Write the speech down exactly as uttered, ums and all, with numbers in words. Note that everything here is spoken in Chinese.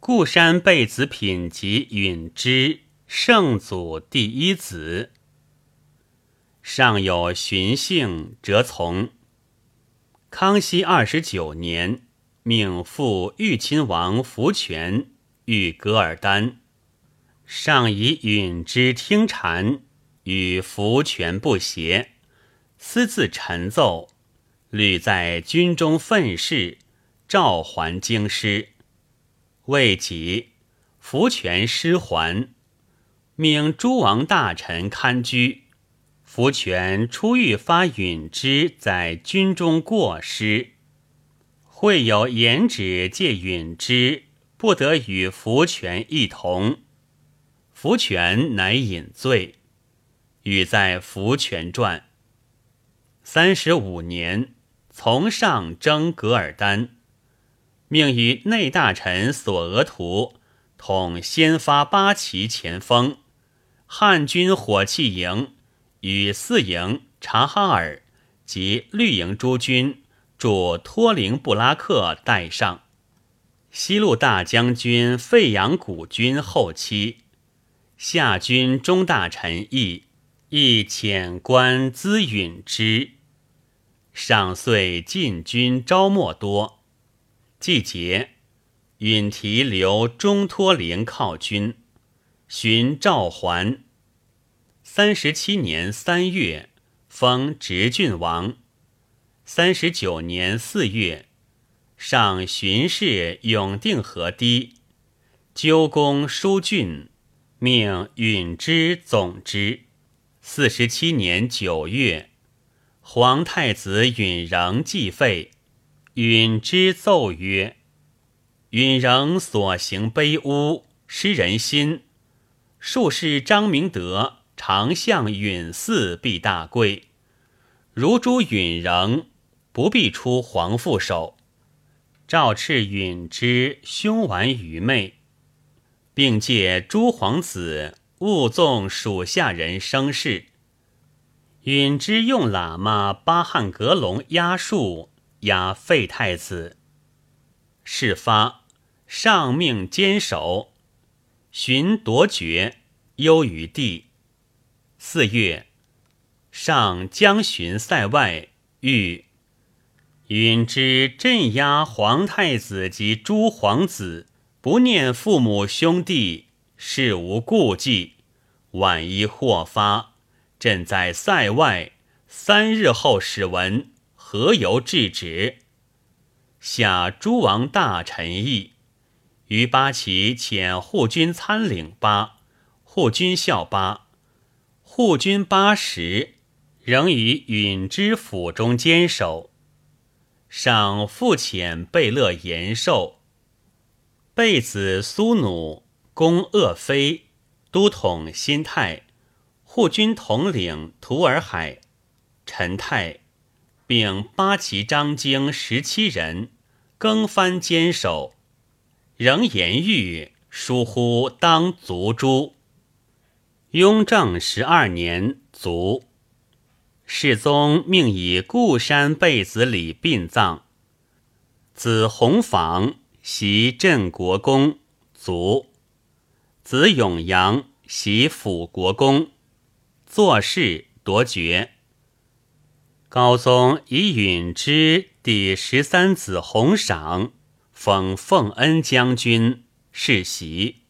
固山贝子品及允之，圣祖第一子。上有荀姓，则从。康熙二十九年，命父豫亲王福全御噶尔丹，上以允之听谗，与福全不协，私自陈奏，屡在军中愤事，召还京师。未几，福全失还，命诸王大臣看居。福全出狱发允之在军中过失，会有言旨借允之，不得与福全一同。福全乃引罪，语在福全传。三十五年，从上征噶尔丹，命与内大臣索额图统先发八旗前锋，汉军火器营与四营察哈尔及绿营诸军驻托灵布拉克待上。西路大将军费扬古军后期，下军中大臣议亦遣官资允之。上遂进军招莫多。季节，允提留中托陵犒军，寻召还。三十七年三月，封直郡王。三十九年四月，上巡视永定河堤，纠公疏郡，命允之总之。四十七年九月，皇太子允仍继废。允之奏曰：允仍所行卑污，失人心。术士张明德常向允嗣必大贵，如诛允仍，不必出皇父手。诏敕允之凶顽愚昧，并借诸皇子勿纵属下人生事。允之用喇嘛巴汉格隆押术，押废太子。事发，上命坚守，寻夺爵，忧于地。四月，上将巡塞外，谕允之镇压皇太子及诸皇子，不念父母兄弟，事无顾忌，万一祸发，朕在塞外，三日后使闻，何由制止？下诸王大臣议，于八旗遣护军参领八、护军校八、护军八十，仍于允之府中坚守。上复遣贝勒延寿、贝子苏努、公鄂妃、都统辛泰、护军统领图尔海、陈泰，并八旗张京十七人，更番坚守，仍言谕疏忽当族诛。雍正十二年卒。世宗命以固山贝子礼殡葬。子弘访袭镇国公，卒。子永阳袭辅国公，作事夺爵。高宗以允之第十三子弘赏封奉恩将军，世袭。